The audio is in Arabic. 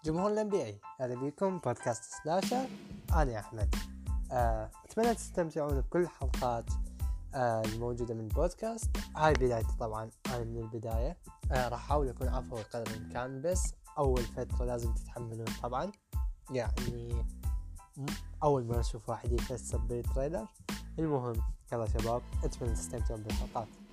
جمهور الNBA، هذا بيكم بودكاست سلاشر. أنا أحمد. أتمنى تستمتعون بكل الحلقات الموجودة من بودكاست. هاي بدايتي طبعا، أنا من البداية راح أحاول أكون عفوي قدر الإمكان، بس أول فترة لازم تتحملون طبعا، يعني أول ما أشوف واحد يكسب بالتريلر. المهم يلا شباب، أتمنى تستمتعون بالحلقات.